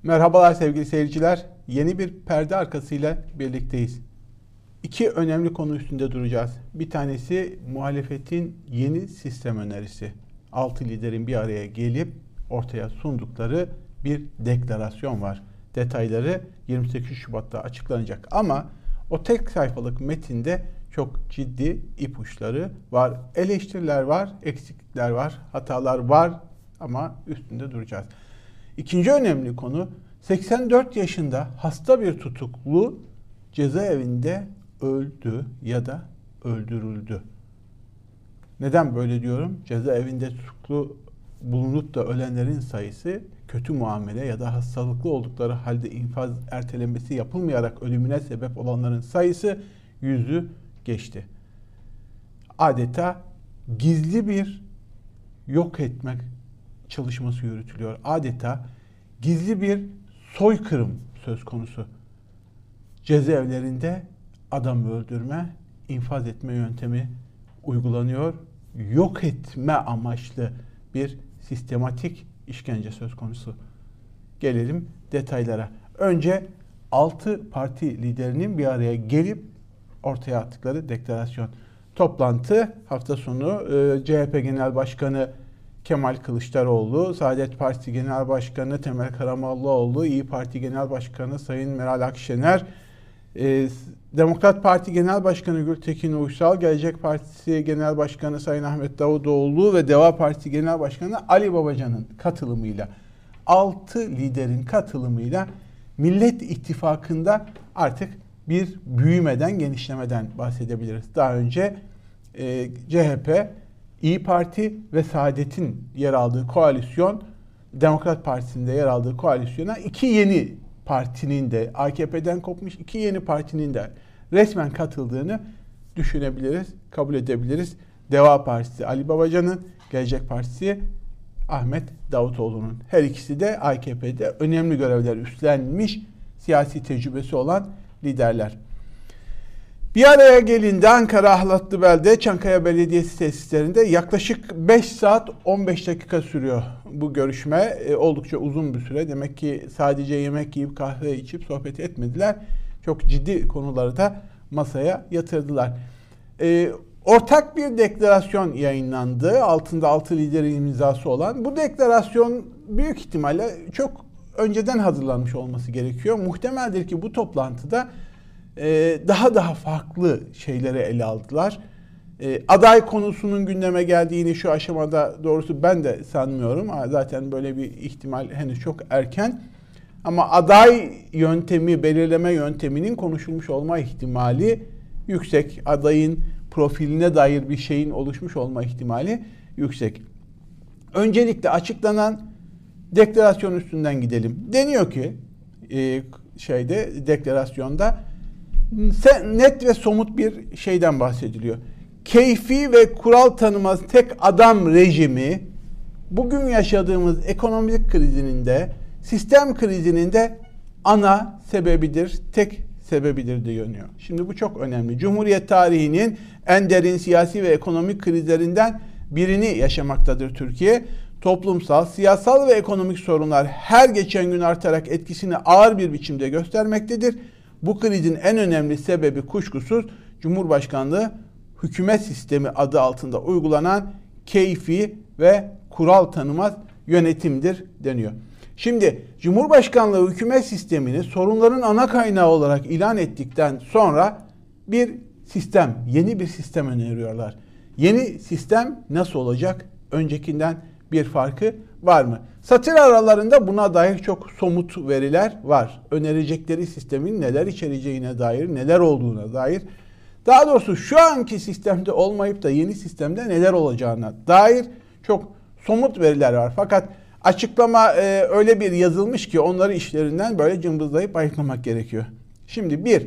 Merhabalar sevgili seyirciler. Yeni bir perde arkasıyla birlikteyiz. İki önemli konu üstünde duracağız. Bir tanesi muhalefetin yeni sistem önerisi. 6 liderin bir araya gelip ortaya sundukları bir deklarasyon var. Detayları 28 Şubat'ta açıklanacak ama o tek sayfalık metinde çok ciddi ipuçları var. Eleştiriler var, eksiklikler var, hatalar var ama üstünde duracağız. İkinci önemli konu 84 yaşında hasta bir tutuklu cezaevinde öldü ya da öldürüldü. Neden böyle diyorum? Cezaevinde tutuklu bulunup da ölenlerin sayısı kötü muamele ya da hastalıklı oldukları halde infaz ertelemesi yapılmayarak ölümüne sebep olanların sayısı 100'ü geçti. Adeta gizli bir yok etmek çalışması yürütülüyor. Adeta gizli bir soykırım söz konusu. Cezaevlerinde adam öldürme, infaz etme yöntemi uygulanıyor. Yok etme amaçlı bir sistematik işkence söz konusu. Gelelim detaylara. Önce 6 parti liderinin bir araya gelip ortaya attıkları deklarasyon. Toplantı hafta sonu CHP Genel Başkanı Kemal Kılıçdaroğlu, Saadet Partisi Genel Başkanı Temel Karamollaoğlu, İYİ Parti Genel Başkanı Sayın Meral Akşener, Demokrat Parti Genel Başkanı Gültekin Uysal, Gelecek Partisi Genel Başkanı Sayın Ahmet Davutoğlu ve Deva Partisi Genel Başkanı Ali Babacan'ın katılımıyla, 6 liderin katılımıyla Millet İttifakı'nda artık bir büyümeden, genişlemeden bahsedebiliriz. Daha önce CHP, İYİ Parti ve Saadet'in yer aldığı koalisyon, Demokrat Partisi'nde yer aldığı koalisyona iki yeni partinin de AKP'den kopmuş iki yeni partinin de resmen katıldığını düşünebiliriz, kabul edebiliriz. Deva Partisi Ali Babacan'ın, Gelecek Partisi Ahmet Davutoğlu'nun. Her ikisi de AKP'de önemli görevler üstlenmiş, siyasi tecrübesi olan liderler. Bir araya gelindi Ankara Ahlatlıbel'de Çankaya Belediyesi tesislerinde yaklaşık 5 saat 15 dakika sürüyor bu görüşme. Oldukça uzun bir süre. Demek ki sadece yemek yiyip kahve içip sohbet etmediler. Çok ciddi konuları da masaya yatırdılar. Ortak bir deklarasyon yayınlandı. Altında 6 liderin imzası olan. Bu deklarasyon büyük ihtimalle çok önceden hazırlanmış olması gerekiyor. Muhtemeldir ki bu toplantıda daha farklı şeyleri ele aldılar. Aday konusunun gündeme geldiğini şu aşamada doğrusu ben de sanmıyorum. Zaten böyle bir ihtimal henüz çok erken. Ama aday yöntemi, belirleme yönteminin konuşulmuş olma ihtimali yüksek. Adayın profiline dair bir şeyin oluşmuş olma ihtimali yüksek. Öncelikle açıklanan deklarasyon üstünden gidelim. Deniyor ki deklarasyonda net ve somut bir şeyden bahsediliyor. Keyfi ve kural tanımaz tek adam rejimi bugün yaşadığımız ekonomik krizinin de sistem krizinin de ana sebebidir, tek sebebidir diyor. Şimdi bu çok önemli. Cumhuriyet tarihinin en derin siyasi ve ekonomik krizlerinden birini yaşamaktadır Türkiye. Toplumsal, siyasal ve ekonomik sorunlar her geçen gün artarak etkisini ağır bir biçimde göstermektedir. Bu krizin en önemli sebebi kuşkusuz Cumhurbaşkanlığı hükümet sistemi adı altında uygulanan keyfi ve kural tanımaz yönetimdir deniyor. Şimdi Cumhurbaşkanlığı hükümet sistemini sorunların ana kaynağı olarak ilan ettikten sonra bir sistem, yeni bir sistem öneriyorlar. Yeni sistem nasıl olacak? Öncekinden bir farkı var mı? Satır aralarında buna dair çok somut veriler var. Önerecekleri sistemin neler içereceğine dair, neler olduğuna dair. Daha doğrusu şu anki sistemde olmayıp da yeni sistemde neler olacağına dair çok somut veriler var. Fakat açıklama öyle bir yazılmış ki onları işlerinden böyle cımbızlayıp ayıklamak gerekiyor. Şimdi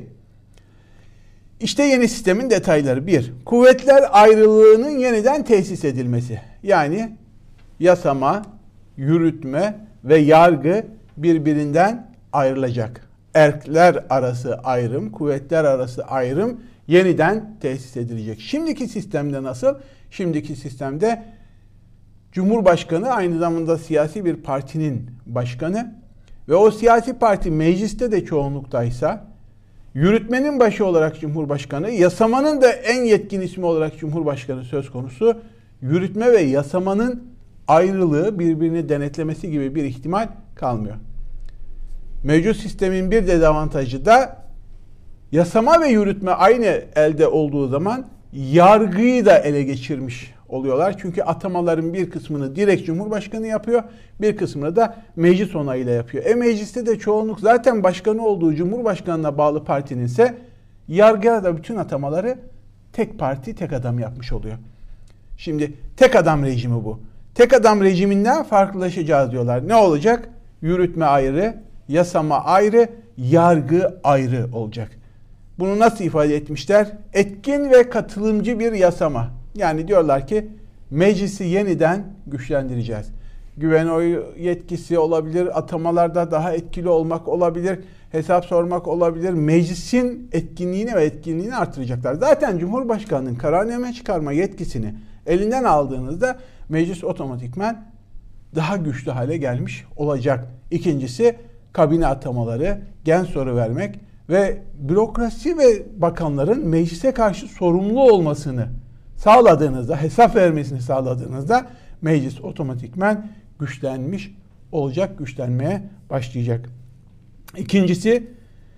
işte yeni sistemin detayları. Kuvvetler ayrılığının yeniden tesis edilmesi. Yani yasama, yürütme ve yargı birbirinden ayrılacak. Erkler arası ayrım, kuvvetler arası ayrım yeniden tesis edilecek. Şimdiki sistemde nasıl? Şimdiki sistemde Cumhurbaşkanı aynı zamanda siyasi bir partinin başkanı ve o siyasi parti mecliste de çoğunluktaysa, yürütmenin başı olarak Cumhurbaşkanı, yasamanın da en yetkin ismi olarak Cumhurbaşkanı söz konusu, yürütme ve yasamanın ayrılığı, birbirini denetlemesi gibi bir ihtimal kalmıyor. Mevcut sistemin bir dezavantajı da yasama ve yürütme aynı elde olduğu zaman yargıyı da ele geçirmiş oluyorlar. Çünkü atamaların bir kısmını direkt Cumhurbaşkanı yapıyor, bir kısmını da meclis onayıyla yapıyor. Mecliste de çoğunluk zaten başkanı olduğu Cumhurbaşkanına bağlı partinin ise yargıya da bütün atamaları tek parti, tek adam yapmış oluyor. Şimdi tek adam rejimi bu. Tek adam rejiminden farklılaşacağız diyorlar. Ne olacak? Yürütme ayrı, yasama ayrı, yargı ayrı olacak. Bunu nasıl ifade etmişler? Etkin ve katılımcı bir yasama. Yani diyorlar ki meclisi yeniden güçlendireceğiz. Güven oyu yetkisi olabilir, atamalarda daha etkili olmak olabilir, hesap sormak olabilir. Meclisin etkinliğini ve etkinliğini artıracaklar. Zaten Cumhurbaşkanı'nın kararname çıkarma yetkisini elinden aldığınızda meclis otomatikman daha güçlü hale gelmiş olacak. İkincisi kabine atamaları, gen soru vermek ve bürokrasi ve bakanların meclise karşı sorumlu olmasını sağladığınızda, hesap vermesini sağladığınızda meclis otomatikman güçlenmiş olacak, güçlenmeye başlayacak. İkincisi,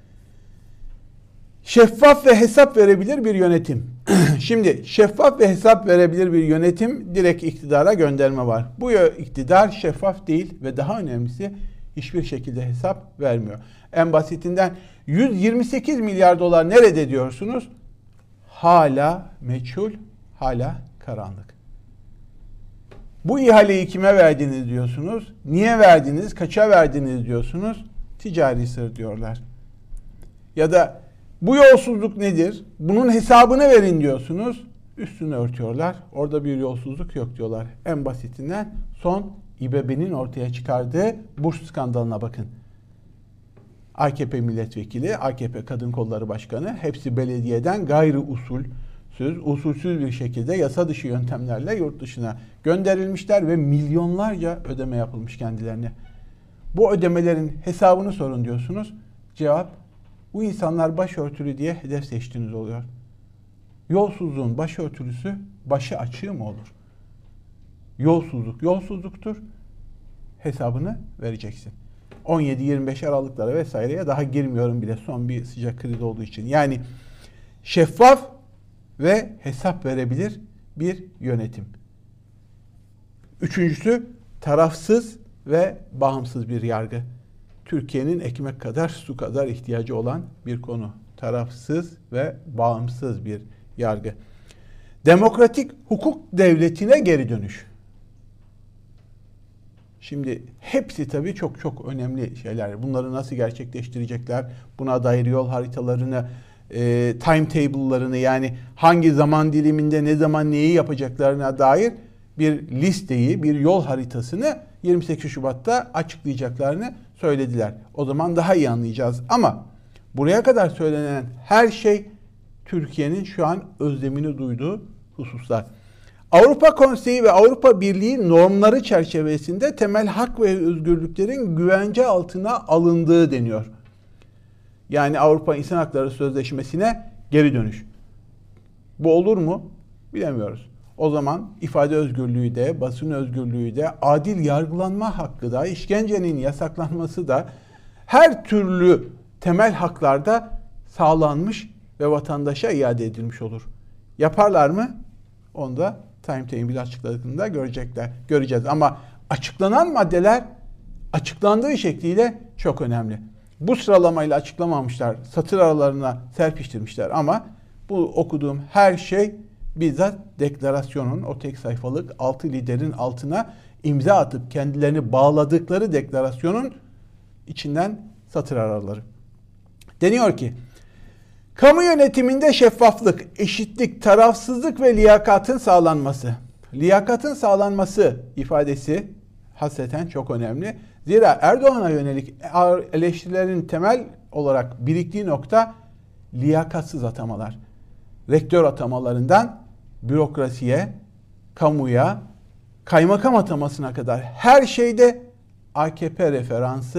şeffaf ve hesap verebilir bir yönetim. Şimdi şeffaf ve hesap verebilir bir yönetim, direkt iktidara gönderme var. Bu iktidar şeffaf değil ve daha önemlisi hiçbir şekilde hesap vermiyor. En basitinden 128 milyar dolar nerede diyorsunuz? Hala meçhul, hala karanlık. Bu ihaleyi kime verdiniz diyorsunuz? Niye verdiniz? Kaça verdiniz diyorsunuz? Ticari sır diyorlar. Ya da bu yolsuzluk nedir? Bunun hesabını verin diyorsunuz. Üstünü örtüyorlar. Orada bir yolsuzluk yok diyorlar. En basitinden son İBB'nin ortaya çıkardığı burs skandalına bakın. AKP milletvekili, AKP Kadın Kolları Başkanı hepsi belediyeden gayri usulsüz bir şekilde yasa dışı yöntemlerle yurt dışına gönderilmişler ve milyonlarca ödeme yapılmış kendilerine. Bu ödemelerin hesabını sorun diyorsunuz. Cevap, bu insanlar başörtülü diye hedef seçtiğiniz oluyor. Yolsuzluğun başörtülüsü başı açığı mı olur? Yolsuzluk yolsuzluktur. Hesabını vereceksin. 17-25 Aralıklara vesaireye daha girmiyorum bile, son bir sıcak kriz olduğu için. Yani şeffaf ve hesap verebilir bir yönetim. Üçüncüsü, tarafsız ve bağımsız bir yargı. Türkiye'nin ekmek kadar su kadar ihtiyacı olan bir konu. Tarafsız ve bağımsız bir yargı. Demokratik hukuk devletine geri dönüş. Şimdi hepsi tabii çok çok önemli şeyler. Bunları nasıl gerçekleştirecekler? Buna dair yol haritalarını, timetable'larını, yani hangi zaman diliminde ne zaman neyi yapacaklarına dair bir listeyi, bir yol haritasını 28 Şubat'ta açıklayacaklarını söylediler. O zaman daha iyi anlayacağız. Ama buraya kadar söylenen her şey Türkiye'nin şu an özlemini duyduğu hususlar. Avrupa Konseyi ve Avrupa Birliği normları çerçevesinde temel hak ve özgürlüklerin güvence altına alındığı deniyor. Yani Avrupa İnsan Hakları Sözleşmesi'ne geri dönüş. Bu olur mu? Bilemiyoruz. O zaman ifade özgürlüğü de, basın özgürlüğü de, adil yargılanma hakkı da, işkencenin yasaklanması da, her türlü temel haklarda sağlanmış ve vatandaşa iade edilmiş olur. Yaparlar mı? Onu da timetable açıkladığında göreceğiz. Ama açıklanan maddeler açıklandığı şekliyle çok önemli. Bu sıralamayla açıklamamışlar, satır aralarına serpiştirmişler ama bu okuduğum her şey bizzat deklarasyonun, o tek sayfalık 6 liderin altına imza atıp kendilerini bağladıkları deklarasyonun içinden satır araları. Deniyor ki, kamu yönetiminde şeffaflık, eşitlik, tarafsızlık ve liyakatın sağlanması. Liyakatın sağlanması ifadesi hasreten çok önemli. Zira Erdoğan'a yönelik eleştirilerin temel olarak biriktiği nokta liyakatsız atamalar. Rektör atamalarından bürokrasiye, kamuya, kaymakam atamasına kadar her şeyde AKP referansı,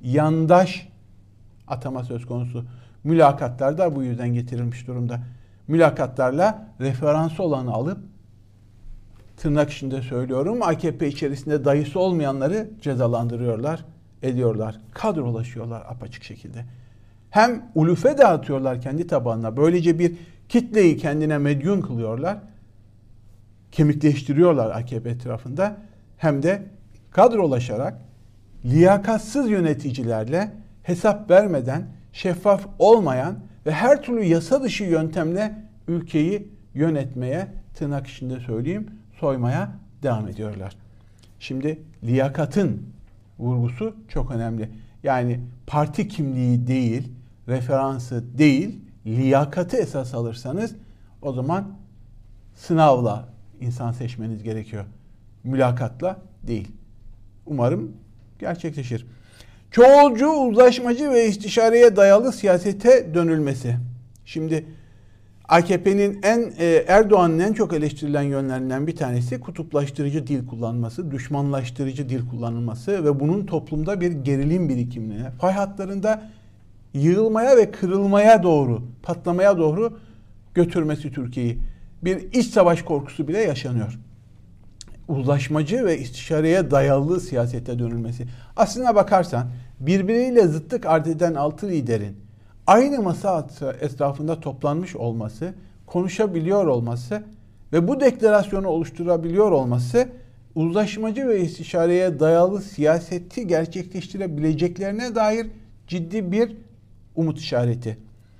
yandaş atama söz konusu. Mülakatlar da bu yüzden getirilmiş durumda. Mülakatlarla referansı olanı alıp, tırnak içinde söylüyorum, AKP içerisinde dayısı olmayanları cezalandırıyorlar, ediyorlar. Kadrolaşıyorlar apaçık şekilde. Hem ulufe dağıtıyorlar kendi tabanına. Böylece bir kitleyi kendine medyun kılıyorlar. Kemikleştiriyorlar AKP etrafında. Hem de kadrolaşarak liyakatsız yöneticilerle, hesap vermeden, şeffaf olmayan ve her türlü yasa dışı yöntemle ülkeyi yönetmeye, tırnak içinde söyleyeyim, soymaya devam ediyorlar. Şimdi liyakatın vurgusu çok önemli. Yani parti kimliği değil, referansı değil, liyakatı esas alırsanız o zaman sınavla insan seçmeniz gerekiyor. Mülakatla değil. Umarım gerçekleşir. Çoğulcu, uzlaşmacı ve istişareye dayalı siyasete dönülmesi. Şimdi AKP'nin Erdoğan'ın en çok eleştirilen yönlerinden bir tanesi kutuplaştırıcı dil kullanması, düşmanlaştırıcı dil kullanılması ve bunun toplumda bir gerilim birikimine, fay hatlarında yığılmaya ve kırılmaya doğru, patlamaya doğru götürmesi Türkiye'yi. Bir iç savaş korkusu bile yaşanıyor. Uzlaşmacı ve istişareye dayalı siyasete dönülmesi. Aslına bakarsan birbiriyle zıtlık arz eden 6 liderin aynı masa etrafında toplanmış olması, konuşabiliyor olması ve bu deklarasyonu oluşturabiliyor olması uzlaşmacı ve istişareye dayalı siyaseti gerçekleştirebileceklerine dair ciddi bir umut işareti.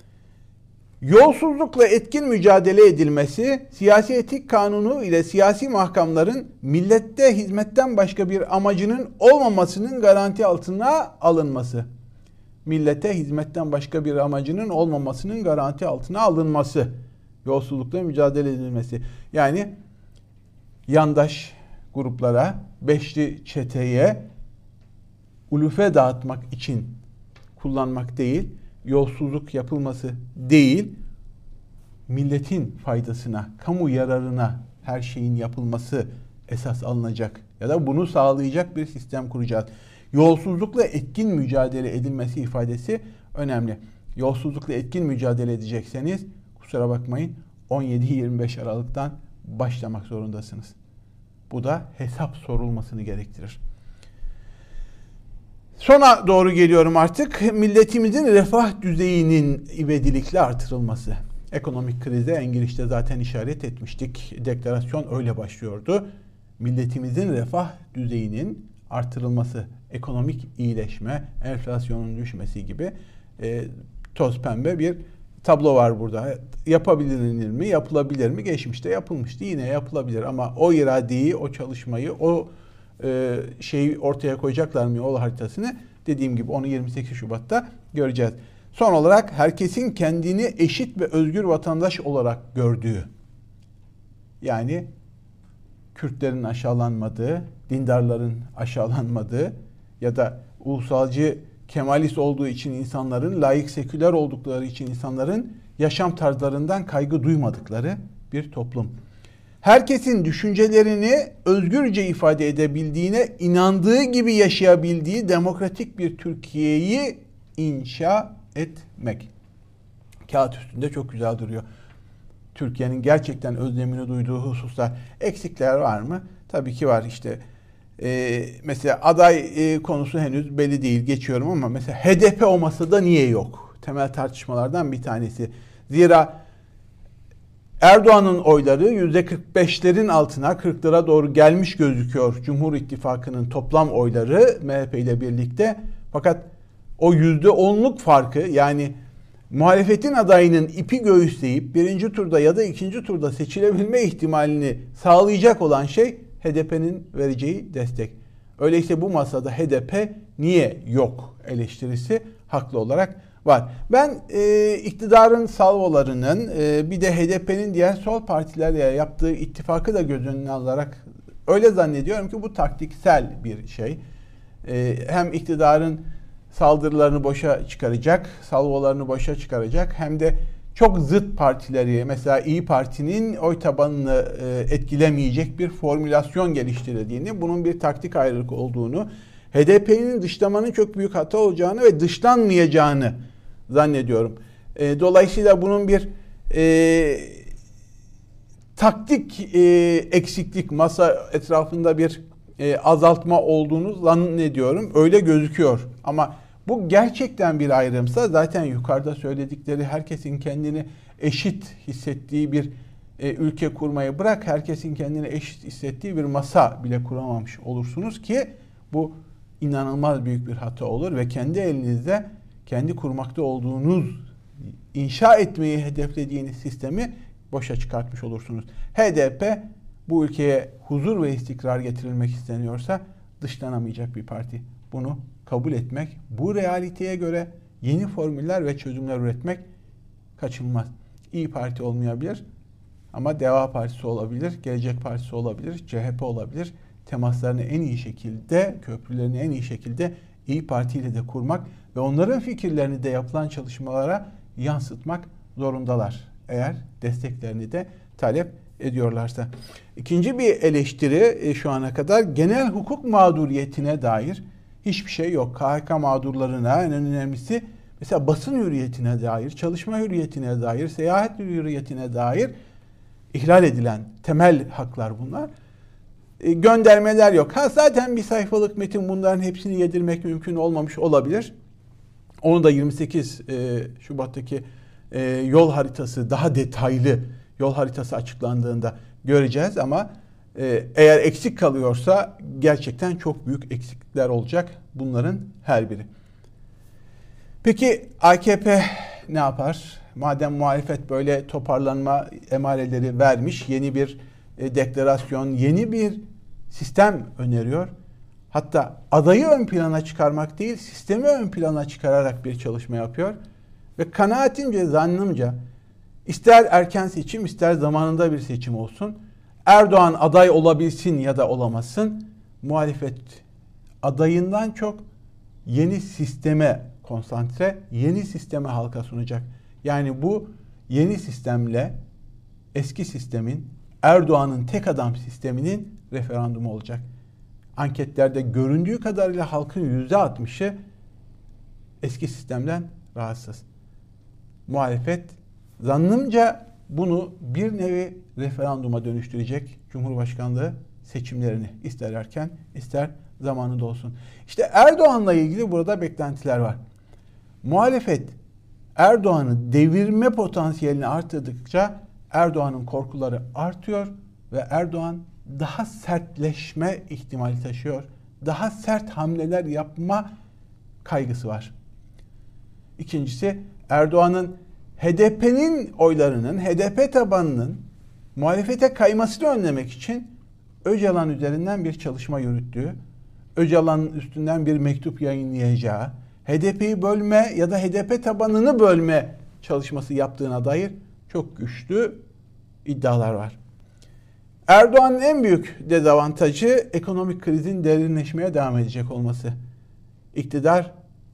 Yolsuzlukla etkin mücadele edilmesi, siyasi etik kanunu ile siyasi makamların millette hizmetten başka bir amacının olmamasının garanti altına alınması. Millete hizmetten başka bir amacının olmamasının garanti altına alınması. Yolsuzlukla mücadele edilmesi. Yani yandaş gruplara, beşli çeteye ulufe dağıtmak için kullanmak değil, yolsuzluk yapılması değil, milletin faydasına, kamu yararına her şeyin yapılması esas alınacak ya da bunu sağlayacak bir sistem kuracağız. Yolsuzlukla etkin mücadele edilmesi ifadesi önemli. Yolsuzlukla etkin mücadele edecekseniz kusura bakmayın 17-25 Aralık'tan başlamak zorundasınız. Bu da hesap sorulmasını gerektirir. Sona doğru geliyorum artık. Milletimizin refah düzeyinin ivedilikle artırılması. Ekonomik krize en girişte zaten işaret etmiştik. Deklarasyon öyle başlıyordu. Milletimizin refah düzeyinin artırılması, ekonomik iyileşme, enflasyonun düşmesi gibi toz pembe bir tablo var burada. Yapabilir mi, yapılabilir mi? Geçmişte yapılmıştı. Yine yapılabilir ama o iradeyi, o çalışmayı, o şeyi ortaya koyacaklar mı yol haritasını? Dediğim gibi onu 28 Şubat'ta göreceğiz. Son olarak herkesin kendini eşit ve özgür vatandaş olarak gördüğü, yani Kürtlerin aşağılanmadığı, dindarların aşağılanmadığı ya da ulusalcı Kemalist olduğu için insanların, laik seküler oldukları için insanların yaşam tarzlarından kaygı duymadıkları bir toplum. Herkesin düşüncelerini özgürce ifade edebildiğine, inandığı gibi yaşayabildiği demokratik bir Türkiye'yi inşa etmek. Kağıt üstünde çok güzel duruyor. Türkiye'nin gerçekten özlemini duyduğu hususlar, eksikler var mı? Tabii ki var. İşte mesela aday konusu henüz belli değil, geçiyorum ama mesela HDP o masada niye yok? Temel tartışmalardan bir tanesi. Zira Erdoğan'ın oyları %45'lerin altına, 40'lara doğru gelmiş gözüküyor Cumhur İttifakı'nın toplam oyları MHP ile birlikte. Fakat o %10'luk farkı, yani muhalefetin adayının ipi göğüsleyip birinci turda ya da ikinci turda seçilebilme ihtimalini sağlayacak olan şey HDP'nin vereceği destek. Öyleyse bu masada HDP niye yok eleştirisi haklı olarak var. Ben iktidarın salvolarının bir de HDP'nin diğer sol partilerle yaptığı ittifakı da göz önüne alarak öyle zannediyorum ki bu taktiksel bir şey. Hem iktidarın saldırılarını boşa çıkaracak, salvolarını boşa çıkaracak, hem de çok zıt partileri, mesela İYİ Parti'nin oy tabanını etkilemeyecek bir formülasyon geliştirdiğini, bunun bir taktik ayrılık olduğunu, HDP'nin dışlamanın çok büyük hata olacağını ve dışlanmayacağını zannediyorum. Dolayısıyla bunun bir taktik eksiklik, masa etrafında bir azaltma olduğunu zannediyorum. Öyle gözüküyor. Ama bu gerçekten bir ayrımsa zaten yukarıda söyledikleri herkesin kendini eşit hissettiği bir ülke kurmayı bırak, herkesin kendini eşit hissettiği bir masa bile kuramamış olursunuz ki bu inanılmaz büyük bir hata olur ve kendi elinizde kendi kurmakta olduğunuz, inşa etmeyi hedeflediğiniz sistemi boşa çıkartmış olursunuz. HDP bu ülkeye huzur ve istikrar getirilmek isteniyorsa dışlanamayacak bir parti. Bunu kabul etmek, bu realiteye göre yeni formüller ve çözümler üretmek kaçınılmaz. İyi Parti olmayabilir ama Deva Partisi olabilir, Gelecek Partisi olabilir, CHP olabilir. Temaslarını en iyi şekilde, köprülerini en iyi şekilde İyi Parti ile de kurmak ve onların fikirlerini de yapılan çalışmalara yansıtmak zorundalar. Eğer desteklerini de talep ediyorlarsa. İkinci bir eleştiri şu ana kadar genel hukuk mağduriyetine dair hiçbir şey yok. KHK mağdurlarına en önemlisi mesela basın hürriyetine dair, çalışma hürriyetine dair, seyahat hürriyetine dair ihlal edilen temel haklar bunlar. Göndermeler yok. Zaten bir sayfalık metin bunların hepsini yedirmek mümkün olmamış olabilir. Onu da 28 Şubat'taki yol haritası, daha detaylı yol haritası açıklandığında göreceğiz ama eğer eksik kalıyorsa gerçekten çok büyük eksiklikler olacak bunların her biri. Peki AKP ne yapar? Madem muhalefet böyle toparlanma emareleri vermiş, yeni bir deklarasyon, yeni bir sistem öneriyor. Hatta adayı ön plana çıkarmak değil, sistemi ön plana çıkararak bir çalışma yapıyor. Ve kanaatimce, zannımca ister erken seçim, ister zamanında bir seçim olsun, Erdoğan aday olabilsin ya da olamasın, muhalefet adayından çok yeni sisteme konsantre, yeni sisteme halka sunacak. Yani bu yeni sistemle eski sistemin, Erdoğan'ın tek adam sisteminin referandumu olacak. Anketlerde göründüğü kadarıyla halkın %60'ı eski sistemden rahatsız. Muhalefet zannımca bunu bir nevi referanduma dönüştürecek Cumhurbaşkanlığı seçimlerini, ister erken ister zamanında olsun. İşte Erdoğan'la ilgili burada beklentiler var. Muhalefet Erdoğan'ı devirme potansiyelini arttırdıkça Erdoğan'ın korkuları artıyor ve Erdoğan daha sertleşme ihtimali taşıyor. Daha sert hamleler yapma kaygısı var. İkincisi, Erdoğan'ın HDP'nin oylarının, HDP tabanının muhalefete kaymasını önlemek için Öcalan üzerinden bir çalışma yürüttüğü, Öcalan'ın üstünden bir mektup yayınlayacağı, HDP'yi bölme ya da HDP tabanını bölme çalışması yaptığına dair çok güçlü iddialar var. Erdoğan'ın en büyük dezavantajı ekonomik krizin derinleşmeye devam edecek olması. İktidar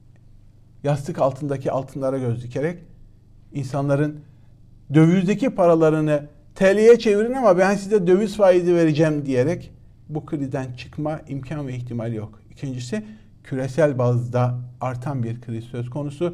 yastık altındaki altınlara göz dikerek insanların dövizdeki paralarını TL'ye çevirin ama ben size döviz faizi vereceğim diyerek bu krizden çıkma imkan ve ihtimali yok. İkincisi, küresel bazda artan bir kriz söz konusu.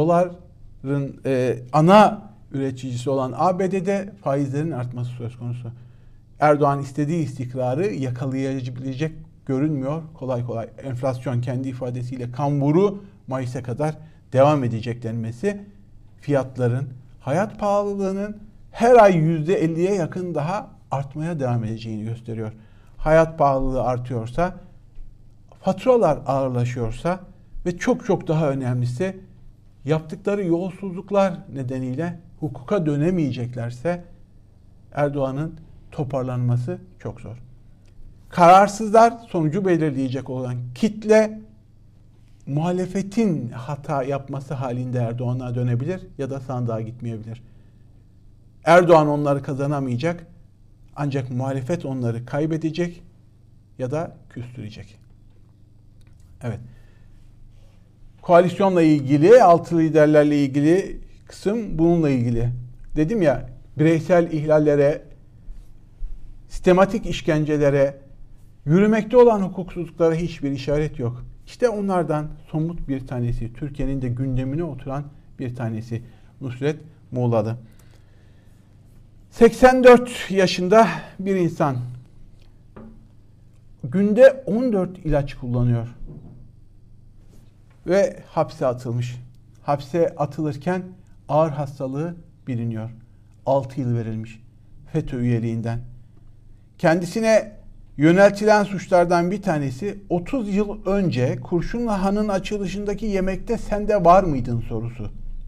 Doların ana üreticisi olan ABD'de faizlerin artması söz konusu. Erdoğan istediği istikrarı yakalayabilecek görünmüyor kolay kolay. Enflasyon kendi ifadesiyle kamburu Mayıs'a kadar devam edecek denmesi fiyatların, hayat pahalılığının her ay %50'ye yakın daha artmaya devam edeceğini gösteriyor. Hayat pahalılığı artıyorsa, faturalar ağırlaşıyorsa ve çok çok daha önemlisi yaptıkları yolsuzluklar nedeniyle hukuka dönemeyeceklerse Erdoğan'ın toparlanması çok zor. Kararsızlar sonucu belirleyecek olan kitle muhalefetin hata yapması halinde Erdoğan'a dönebilir ya da sandığa gitmeyebilir. Erdoğan onları kazanamayacak ancak muhalefet onları kaybedecek ya da küstürecek. Evet. Koalisyonla ilgili, altılı liderlerle ilgili kısım bununla ilgili. Dedim ya, bireysel ihlallere, sistematik işkencelere, yürümekte olan hukuksuzluklara hiçbir işaret yok. İşte onlardan somut bir tanesi, Türkiye'nin de gündemine oturan bir tanesi Nusret Muğlalı. 84 yaşında bir insan günde 14 ilaç kullanıyor ve hapse atılmış. Hapse atılırken ağır hastalığı biliniyor. 6 yıl verilmiş FETÖ üyeliğinden. Kendisine yöneltilen suçlardan bir tanesi 30 yıl önce Kurşunluhan'ın açılışındaki yemekte sen de var mıydın sorusu.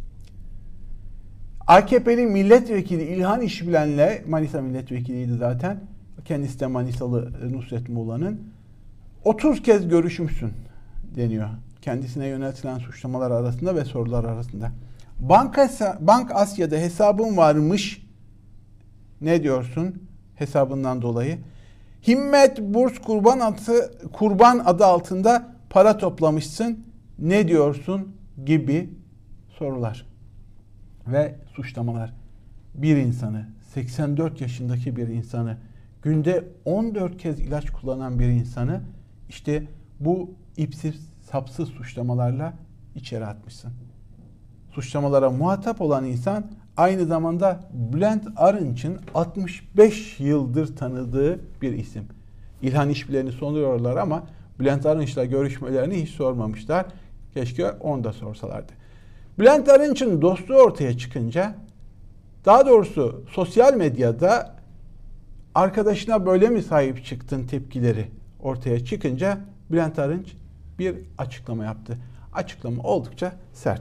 AKP'li milletvekili İlhan İşbilen'le, Manisa milletvekiliydi zaten, kendisi de Manisalı Nusret Muğla'nın, 30 kez görüşmüşsün deniyor. Kendisine yöneltilen suçlamalar arasında ve sorular arasında. Bank Asya'da hesabın varmış. Ne diyorsun hesabından dolayı? Himmet Burs kurban adı altında para toplamışsın. Ne diyorsun gibi sorular ve suçlamalar. Bir insanı, 84 yaşındaki bir insanı, günde 14 kez ilaç kullanan bir insanı işte bu ipsiz sapsız suçlamalarla içeri atmışsın. Suçlamalara muhatap olan insan aynı zamanda Bülent Arınç'ın 65 yıldır tanıdığı bir isim. İlhan İşbilen'i soruyorlar ama Bülent Arınç'la görüşmelerini hiç sormamışlar. Keşke onu da sorsalardı. Bülent Arınç'ın dostluğu ortaya çıkınca, daha doğrusu sosyal medyada arkadaşına böyle mi sahip çıktın tepkileri ortaya çıkınca Bülent Arınç bir açıklama yaptı. Açıklama oldukça sert.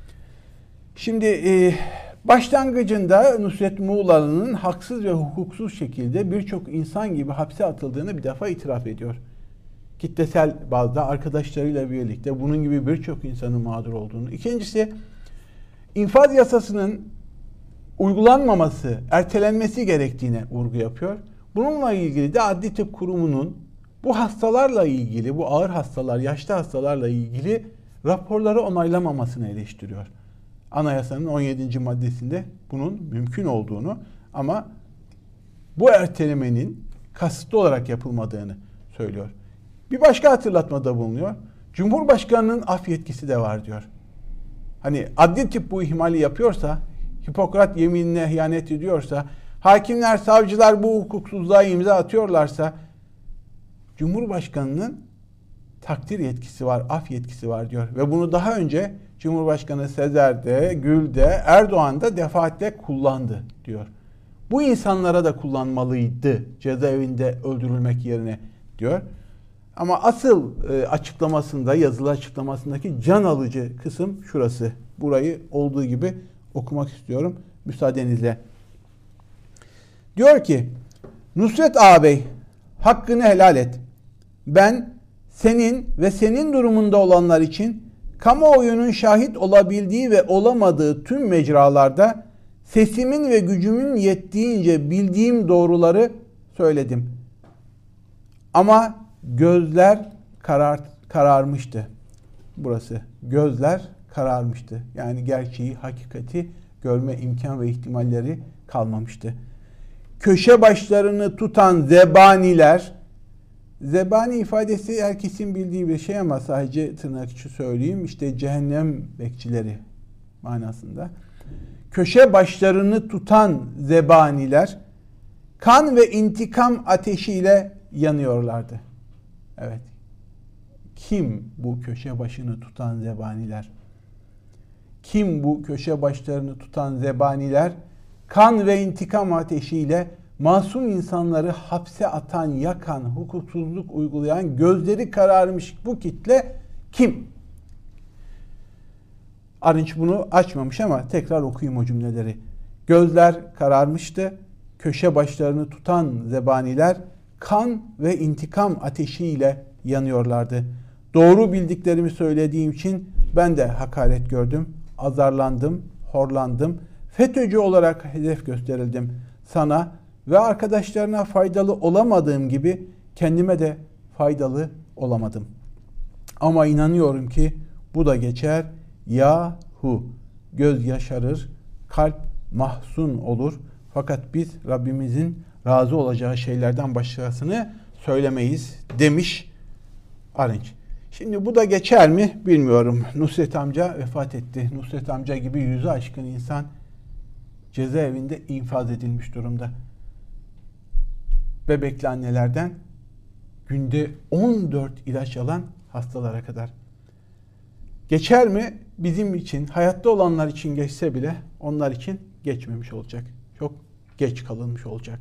Şimdi başlangıcında Nusret Muğla'nın haksız ve hukuksuz şekilde birçok insan gibi hapse atıldığını bir defa itiraf ediyor. Kitlesel bazda arkadaşlarıyla birlikte bunun gibi birçok insanın mağdur olduğunu. İkincisi, infaz yasasının uygulanmaması, ertelenmesi gerektiğine vurgu yapıyor. Bununla ilgili de Adli Tıp Kurumu'nun bu hastalarla ilgili, bu ağır hastalar, yaşlı hastalarla ilgili raporları onaylamamasını eleştiriyor. Anayasanın 17. maddesinde bunun mümkün olduğunu ama bu ertelemenin kasıtlı olarak yapılmadığını söylüyor. Bir başka hatırlatmada bulunuyor. Cumhurbaşkanının af yetkisi de var diyor. Hani adli tıp bu ihmali yapıyorsa, Hipokrat yeminine ihanet ediyorsa, hakimler, savcılar bu hukuksuzluğa imza atıyorlarsa Cumhurbaşkanının takdir yetkisi var, af yetkisi var diyor. Ve bunu daha önce Cumhurbaşkanı Sezer'de, Gül'de, Erdoğan'da defaatle kullandı diyor. Bu insanlara da kullanmalıydı cezaevinde öldürülmek yerine diyor. Ama asıl açıklamasında, yazılı açıklamasındaki can alıcı kısım şurası. Burayı olduğu gibi okumak istiyorum müsaadenizle. Diyor ki, Nusret ağabey hakkını helal et. Ben senin ve senin durumunda olanlar için kamuoyunun şahit olabildiği ve olamadığı tüm mecralarda sesimin ve gücümün yettiğince bildiğim doğruları söyledim. Ama gözler kararmıştı. Burası. Gözler kararmıştı. Yani gerçeği, hakikati görme imkan ve ihtimalleri kalmamıştı. Köşe başlarını tutan zebaniler, zebani ifadesi herkesin bildiği bir şey ama sadece tırnak içi söyleyeyim, işte cehennem bekçileri manasında. Köşe başlarını tutan zebaniler kan ve intikam ateşiyle yanıyorlardı. Evet. Kim bu köşe başını tutan zebaniler? Kim bu köşe başlarını tutan zebaniler? Kan ve intikam ateşiyle masum insanları hapse atan, yakan, hukuksuzluk uygulayan, gözleri kararmış bu kitle kim? Arınç bunu açmamış ama tekrar okuyayım o cümleleri. Gözler kararmıştı, köşe başlarını tutan zebaniler kan ve intikam ateşiyle yanıyorlardı. Doğru bildiklerimi söylediğim için ben de hakaret gördüm, azarlandım, horlandım. FETÖ'cü olarak hedef gösterildim. Sana ve arkadaşlarına faydalı olamadığım gibi kendime de faydalı olamadım. Ama inanıyorum ki bu da geçer. Yahu göz yaşarır, kalp mahzun olur. Fakat biz Rabbimizin razı olacağı şeylerden başkasını söylemeyiz demiş Arınç. Şimdi bu da geçer mi bilmiyorum. Nusret amca vefat etti. Nusret amca gibi yüzü aşkın insan cezaevinde infaz edilmiş durumda. Bebekli annelerden günde 14 ilaç alan hastalara kadar. Geçer mi? Bizim için, hayatta olanlar için geçse bile onlar için geçmemiş olacak. Çok geç kalınmış olacak.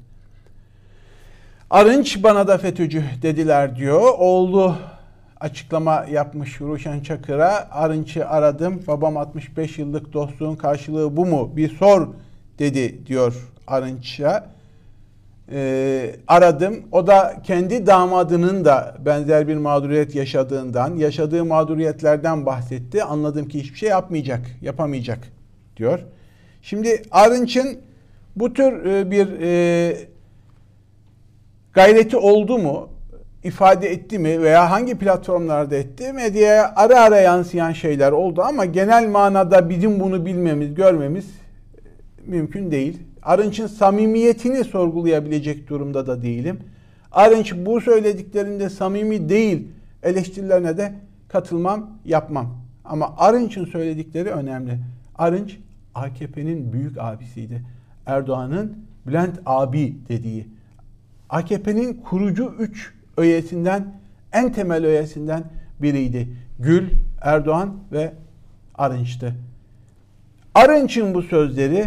Arınç bana da FETÖ'cü dediler diyor. Oğlu açıklama yapmış Ruşen Çakır'a. Arınç'ı aradım. Babam 65 yıllık dostluğun karşılığı bu mu? Bir sor dedi diyor Arınç'a. Aradım. O da kendi damadının da benzer bir mağduriyet yaşadığından, yaşadığı mağduriyetlerden bahsetti. Anladım ki hiçbir şey yapamayacak diyor. Şimdi Arınç'ın bu tür bir gayreti oldu mu, ifade etti mi veya hangi platformlarda etti? Medyaya ara ara yansıyan şeyler oldu ama genel manada bizim bunu bilmemiz, görmemiz mümkün değil. Arınç'ın samimiyetini sorgulayabilecek durumda da değilim. Arınç bu söylediklerinde samimi değil eleştirilerine de katılmam, yapmam. Ama Arınç'ın söyledikleri önemli. Arınç AKP'nin büyük abisiydi. Erdoğan'ın Bülent abi dediği. AKP'nin kurucu 3 öğesinden, en temel öğesinden biriydi. Gül, Erdoğan ve Arınç'tı. Arınç'ın bu sözleri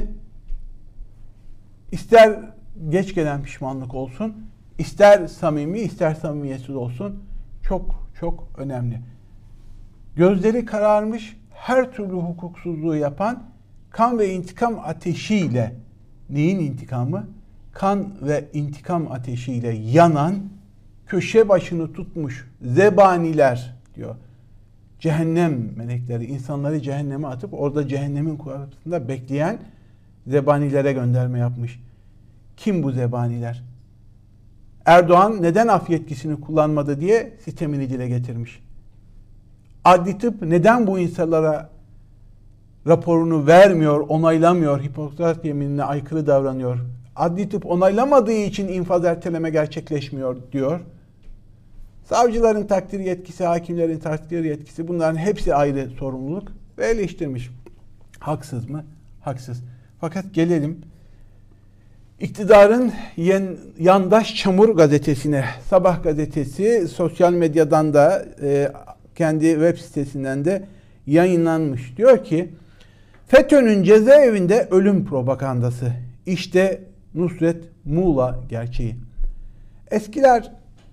ister geç gelen pişmanlık olsun, ister samimi, ister samimiyetsiz olsun çok çok önemli. Gözleri kararmış, her türlü hukuksuzluğu yapan, kan ve intikam ateşiyle, neyin intikamı? Kan ve intikam ateşiyle yanan, köşe başını tutmuş zebaniler diyor. Cehennem melekleri, insanları cehenneme atıp orada cehennemin kapısında bekleyen zebanilere gönderme yapmış. Kim bu zebaniler? Erdoğan neden af yetkisini kullanmadı diye sistemini dile getirmiş. Adli tıp neden bu insanlara raporunu vermiyor, onaylamıyor, Hipokrat yeminine aykırı davranıyor? Adli tıp onaylamadığı için infaz erteleme gerçekleşmiyor diyor. Savcıların takdir yetkisi, hakimlerin takdir yetkisi, bunların hepsi ayrı sorumluluk ve eleştirmiş. Haksız mı? Haksız. Fakat gelelim iktidarın yandaş çamur gazetesine. Sabah gazetesi sosyal medyadan da kendi web sitesinden de yayınlanmış. Diyor ki FETÖ'nün cezaevinde ölüm propagandası. İşte Nusret Muğla gerçeği. Eskiler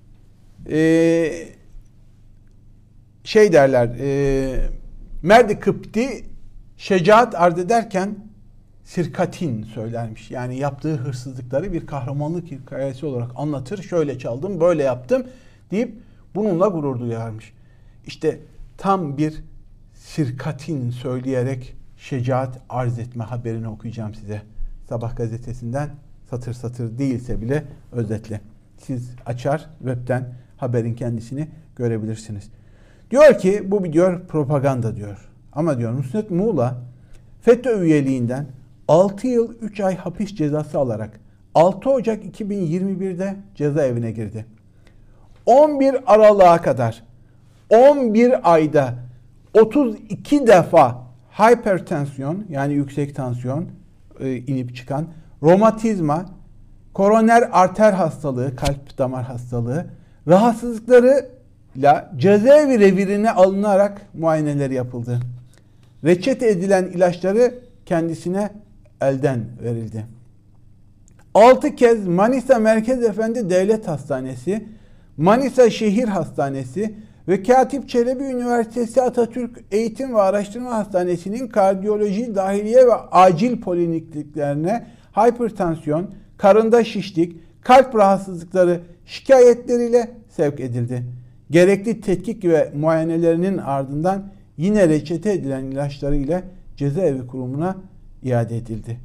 şey derler, merdi kıpti şecaat arz ederken sirkatin söylermiş. Yani yaptığı hırsızlıkları bir kahramanlık hikayesi olarak anlatır. Şöyle çaldım, böyle yaptım deyip bununla gurur duyarmış. İşte tam bir sirkatin söyleyerek şecaat arz etme haberini okuyacağım size. Sabah gazetesinden satır satır değilse bile özetle. Siz açar webten haberin kendisini görebilirsiniz. Diyor ki bu bir diyor propaganda diyor. Ama diyor Nusret Muğla FETÖ üyeliğinden 6 yıl 3 ay hapis cezası alarak 6 Ocak 2021'de cezaevine girdi. 11 Aralık'a kadar 11 ayda 32 defa hipertansiyon yani yüksek tansiyon inip çıkan, romatizma, koroner arter hastalığı, kalp damar hastalığı rahatsızlıklarıyla cezaevi revirine alınarak muayeneleri yapıldı. Reçete edilen ilaçları kendisine elden verildi. 6 kez Manisa Merkez Efendi Devlet Hastanesi, Manisa Şehir Hastanesi ve Katip Çelebi Üniversitesi Atatürk Eğitim ve Araştırma Hastanesi'nin kardiyoloji, dahiliye ve acil polikliniklerine hipertansiyon, karında şişlik, kalp rahatsızlıkları şikayetleriyle sevk edildi. Gerekli tetkik ve muayenelerinin ardından yine reçete edilen ilaçları ile cezaevi kurumuna iade edildi.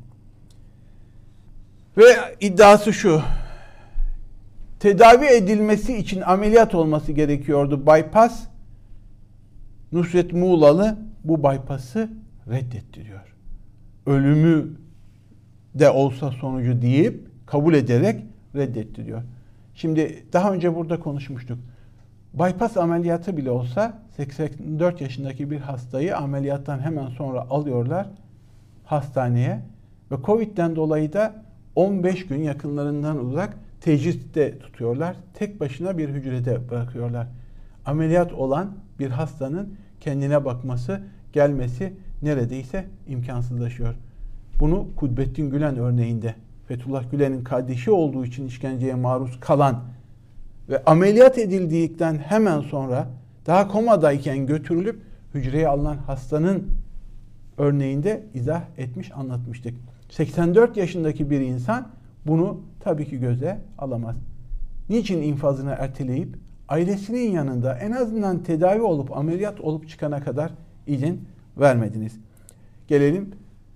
Ve iddiası şu: tedavi edilmesi için ameliyat olması gerekiyordu. Bypass. Nusret Muğlalı bu bypass'ı reddetti diyor. Ölümü de olsa sonucu deyip kabul ederek reddetti diyor. Şimdi daha önce burada konuşmuştuk. bypass ameliyatı bile olsa 84 yaşındaki bir hastayı ameliyattan hemen sonra alıyorlar hastaneye ve Covid'den dolayı da 15 gün yakınlarından uzak tecritte tutuyorlar. Tek başına bir hücrede bırakıyorlar. Ameliyat olan bir hastanın kendine bakması, gelmesi neredeyse imkansızlaşıyor. Bunu Kudbettin Gülen örneğinde, Fethullah Gülen'in kardeşi olduğu için işkenceye maruz kalan ve ameliyat edildikten hemen sonra daha komadayken götürülüp hücreye alınan hastanın örneğinde izah etmiş, anlatmıştık. 84 yaşındaki bir insan bunu tabii ki göze alamaz. Niçin infazını erteleyip ailesinin yanında en azından tedavi olup ameliyat olup çıkana kadar izin vermediniz? Gelelim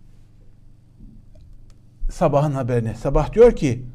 Sabah'ın haberine. Sabah diyor ki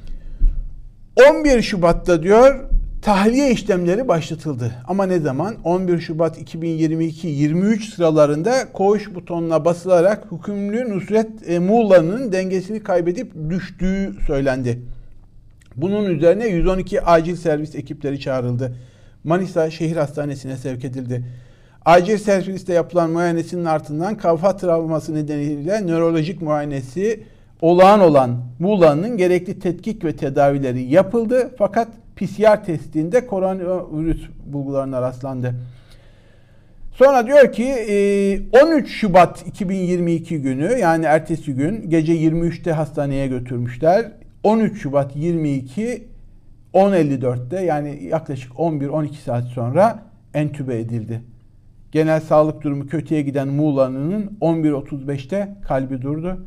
11 Şubat'ta diyor tahliye işlemleri başlatıldı. Ama ne zaman? 11 Şubat 2022-23 sıralarında koğuş butonuna basılarak hükümlü Nusret Muğla'nın dengesini kaybedip düştüğü söylendi. Bunun üzerine 112 acil servis ekipleri çağrıldı. Manisa Şehir Hastanesi'ne sevk edildi. Acil serviste yapılan muayenesinin ardından kafa travması nedeniyle nörolojik muayenesi olağan olan Muğla'nın gerekli tetkik ve tedavileri yapıldı. Fakat PCR testinde koronavirüs bulgularına rastlandı. Sonra diyor ki 13 Şubat 2022 günü, yani ertesi gün gece 23'te hastaneye götürmüşler. 13 Şubat 22 10.54'te, yani yaklaşık 11-12 saat sonra entübe edildi. Genel sağlık durumu kötüye giden Muğla'nın 11.35'te kalbi durdu.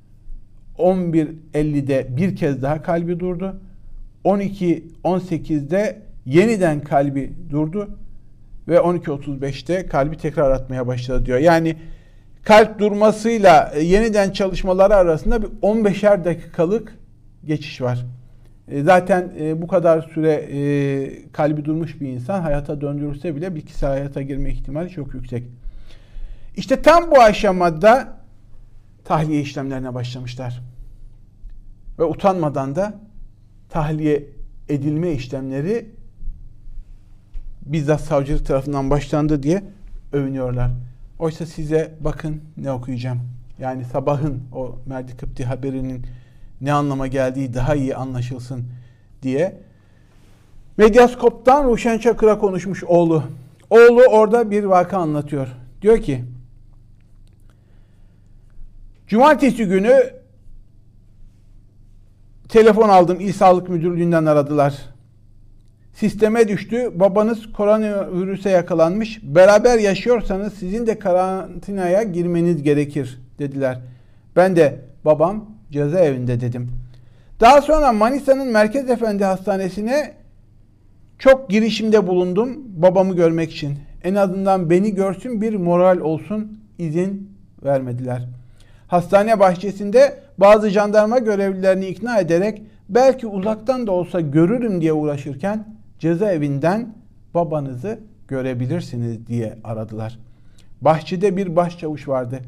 11.50'de bir kez daha kalbi durdu. 12.18'de yeniden kalbi durdu ve 12.35'te kalbi tekrar atmaya başladı diyor. Yani kalp durmasıyla yeniden çalışmaları arasında bir 15'er dakikalık geçiş var. Zaten bu kadar süre kalbi durmuş bir insan hayata döndürülse bile bitkisel hayata girme ihtimali çok yüksek. İşte tam bu aşamada tahliye işlemlerine başlamışlar. Ve utanmadan da tahliye edilme işlemleri bizzat savcılık tarafından başlandı diye övünüyorlar. Oysa size bakın ne okuyacağım. Yani Sabah'ın o Merdi Kıpti haberinin ne anlama geldiği daha iyi anlaşılsın diye. Medyaskop'tan Ruşen Çakır'a konuşmuş oğlu. Oğlu orada bir vaka anlatıyor. Diyor ki cumartesi günü telefon aldım. İl Sağlık Müdürlüğü'nden aradılar. Sisteme düştü. Babanız koronavirüse yakalanmış. Beraber yaşıyorsanız sizin de karantinaya girmeniz gerekir dediler. Ben de babam cezaevinde dedim. Daha sonra Manisa'nın Merkez Efendi Hastanesi'ne çok girişimde bulundum babamı görmek için. En azından beni görsün, bir moral olsun, izin vermediler. Hastane bahçesinde bazı jandarma görevlilerini ikna ederek belki uzaktan da olsa görürüm diye uğraşırken cezaevinden babanızı görebilirsiniz diye aradılar. Bahçede bir başçavuş vardı.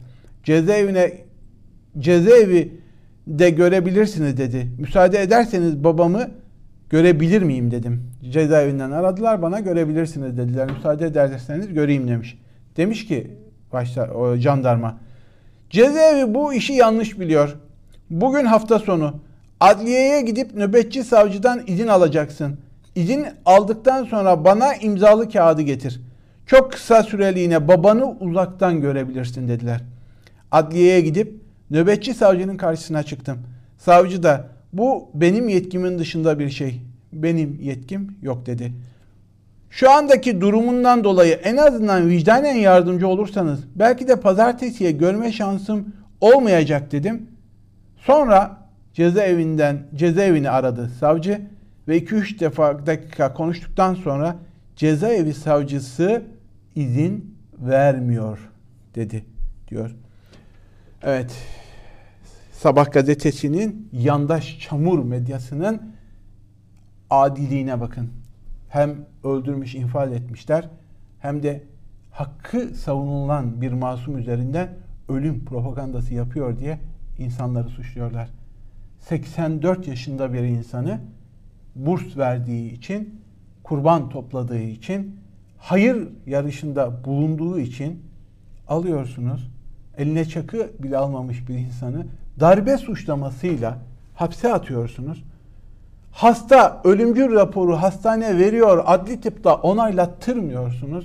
Cezaevi de görebilirsiniz dedi. Müsaade ederseniz babamı görebilir miyim dedim. Cezaevinden aradılar, bana görebilirsiniz dediler. Müsaade ederseniz göreyim demiş. Demiş ki o jandarma, cezaevi bu işi yanlış biliyor. Bugün hafta sonu. Adliyeye gidip nöbetçi savcıdan izin alacaksın. İzin aldıktan sonra bana imzalı kağıdı getir. Çok kısa süreliğine babanı uzaktan görebilirsin dediler. Adliyeye gidip nöbetçi savcının karşısına çıktım. Savcı da bu benim yetkimin dışında bir şey. Benim yetkim yok dedi. Şu andaki durumundan dolayı en azından vicdanen yardımcı olursanız belki de pazartesiye görme şansım olmayacak dedim. Sonra cezaevini aradı savcı ve 2-3 dakika konuştuktan sonra cezaevi savcısı izin vermiyor dedi diyor. Evet, Sabah gazetesinin yandaş çamur medyasının adiliğine bakın. Hem öldürmüş, infaz etmişler, hem de hakkı savunulan bir masum üzerinden ölüm propagandası yapıyor diye insanları suçluyorlar. 84 yaşında bir insanı burs verdiği için kurban topladığı için, hayır yarışında bulunduğu için alıyorsunuz. Eline çakı bile almamış bir insanı darbe suçlamasıyla hapse atıyorsunuz. Hasta ölümcül raporu hastane veriyor, adli tıpta onaylattırmıyorsunuz.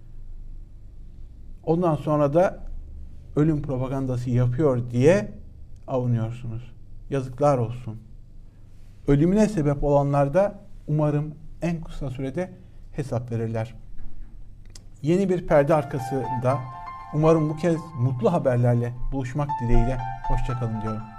Ondan sonra da ölüm propagandası yapıyor diye avunuyorsunuz. Yazıklar olsun. Ölümüne sebep olanlar da umarım en kısa sürede hesap verirler. Yeni bir perde arkasında umarım bu kez mutlu haberlerle buluşmak dileğiyle. Hoşça kalın diyorum.